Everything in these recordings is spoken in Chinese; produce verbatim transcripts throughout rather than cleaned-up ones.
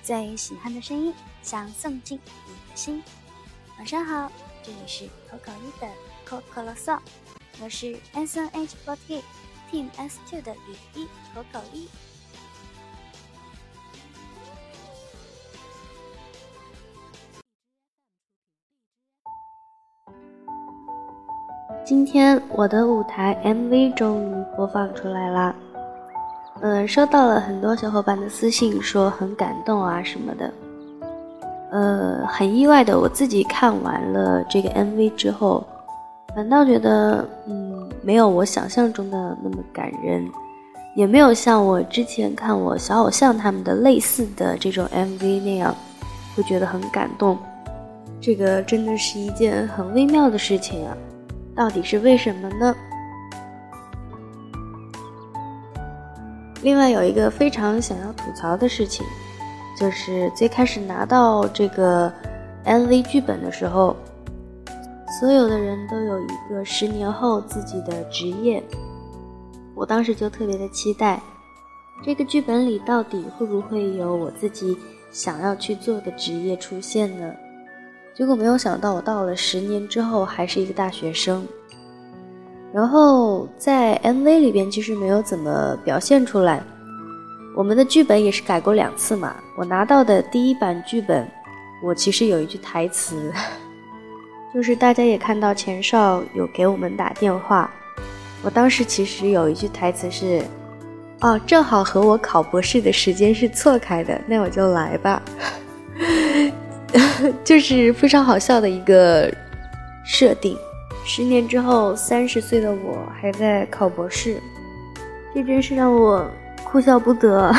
最喜欢的声音，想送进你的心。晚上好，这里是口口一的口口啰嗦，我是 S N H 四十八 Team S 二 的雨一口口一。今天我的舞台 M V 终于播放出来啦。嗯，收到了很多小伙伴的私信，说很感动啊什么的。呃，很意外的，我自己看完了这个 M V 之后，反倒觉得，嗯，没有我想象中的那么感人，也没有像我之前看我小偶像他们的类似的这种 M V 那样，会觉得很感动。这个真的是一件很微妙的事情啊，到底是为什么呢？另外有一个非常想要吐槽的事情，就是最开始拿到这个 M V 剧本的时候，所有的人都有一个十年后自己的职业，我当时就特别的期待，这个剧本里到底会不会有我自己想要去做的职业出现呢？结果没有想到，我到了十年之后还是一个大学生。然后在 M V 里边其实没有怎么表现出来，我们的剧本也是改过两次嘛。我拿到的第一版剧本，我其实有一句台词，就是大家也看到钱少有给我们打电话，我当时其实有一句台词是，哦，正好和我考博士的时间是错开的，那我就来吧。就是非常好笑的一个设定。十年之后，三十岁的我还在考博士，这真是让我哭笑不得。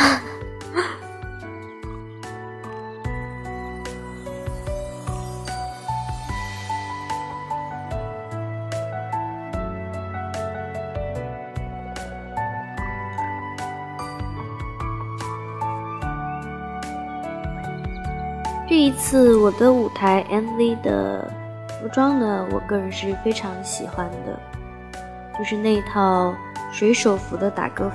这一次我的舞台 M V 的服装呢，我个人是非常喜欢的，就是那套水手服的打歌服。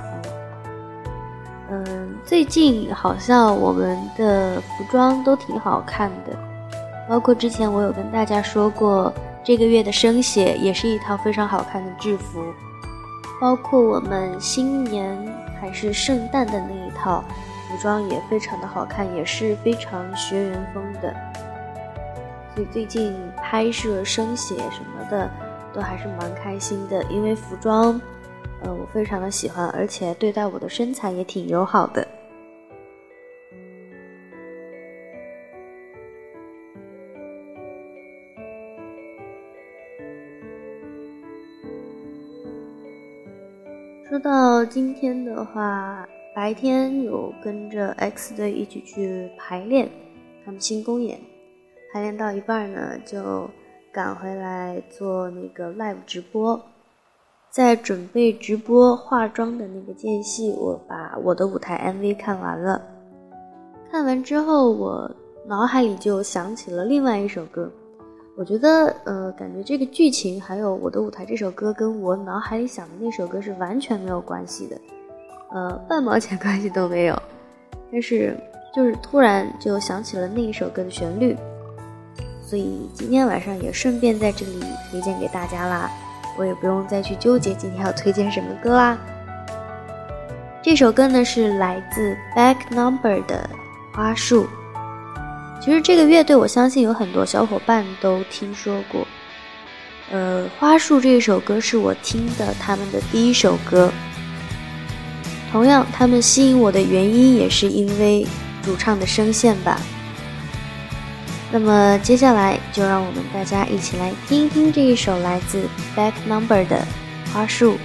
嗯，最近好像我们的服装都挺好看的，包括之前我有跟大家说过，这个月的生写也是一套非常好看的制服，包括我们新年还是圣诞的那一套服装也非常的好看，也是非常学园风的。所以最近拍摄生写什么的都还是蛮开心的，因为服装呃我非常的喜欢，而且对待我的身材也挺友好的。说到今天的话，白天有跟着 X 队一起去排练他们新公演，排练到一半呢，就赶回来做那个 live 直播。在准备直播化妆的那个间隙，我把我的舞台 M V 看完了。看完之后，我脑海里就想起了另外一首歌。我觉得呃，感觉这个剧情还有我的舞台这首歌跟我脑海里想的那首歌是完全没有关系的，呃，半毛钱关系都没有。但是就是突然就想起了那一首歌的旋律，所以今天晚上也顺便在这里推荐给大家啦，我也不用再去纠结今天要推荐什么歌啦。这首歌呢是来自 Back Number 的花束。其实这个乐队我相信有很多小伙伴都听说过，呃，花束这首歌是我听的他们的第一首歌，同样他们吸引我的原因也是因为主唱的声线吧。那么接下来就让我们大家一起来听一听这一首来自 Back Number 的花束。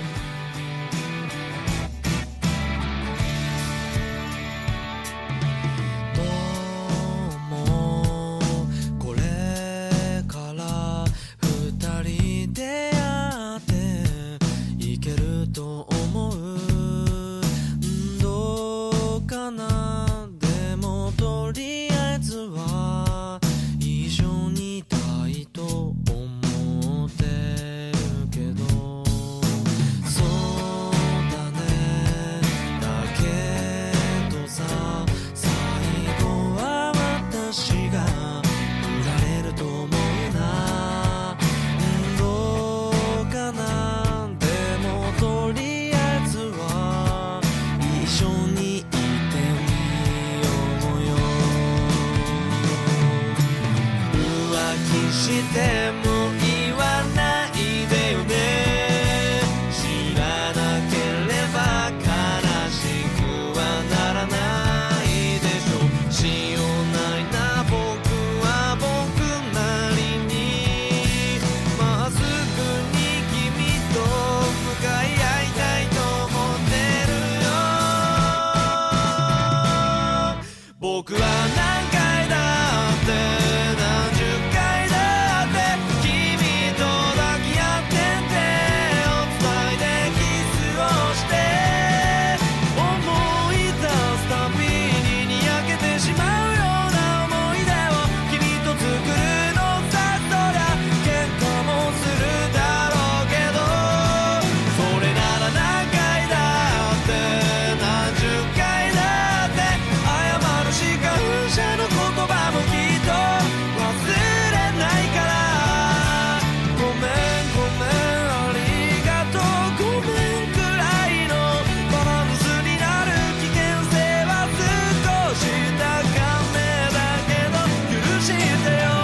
しても言わないでよね知らなければ悲しくはならないでしょうしようないな僕は僕なりにまっすぐに君と向かい合いたいと思ってるよ僕は何回だって何十回だって君と抱き合って手をつないでキスをして思い出すたびににやけてしまうような思い出を君と作るのさそりゃ喧嘩もするだろうけどそれなら何回だって何十回だって謝るし感謝の言葉もきっと忘れないからごめんごめんありがとうごめんくらいのバランスになる危険性は少し高めだけど許してよ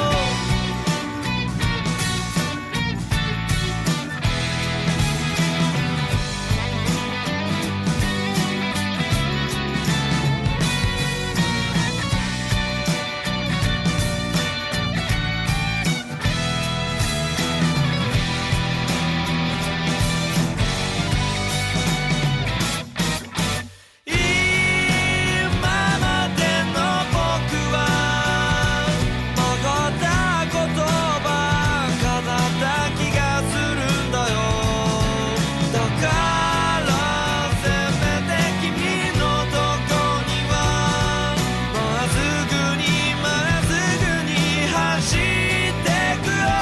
今までの僕は曲がった言葉かなった気がするんだよだからせめて君のとこにはまっすぐにまっすぐに走ってくよ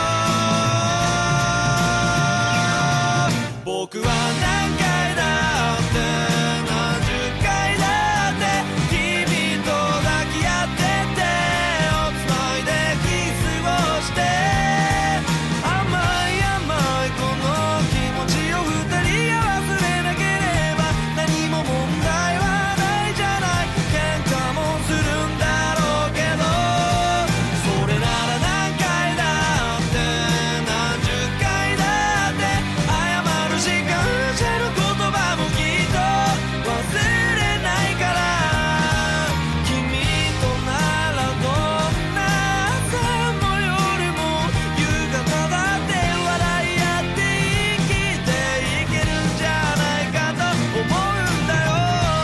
僕は何回だって何十回だって君と抱き合って手をつないでキスをして甘い甘いこの気持ちを二人が忘れなければ何も問題はないじゃない喧嘩もするんだろうけどそれなら何回だって何十回だって謝るし感謝の言葉もきっと忘れないから君とならどんな朝も夜も夕方だって笑い合って生きていけるんじゃないかと思うんだよ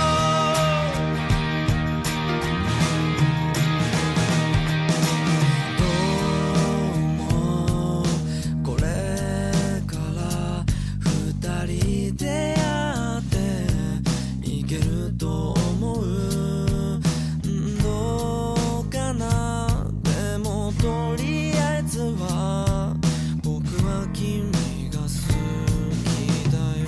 どうもこれから二人でやっていけると思ううんどうかなでもとりあえずは僕は君が好きだよ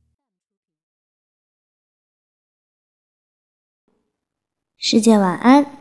世界晚安，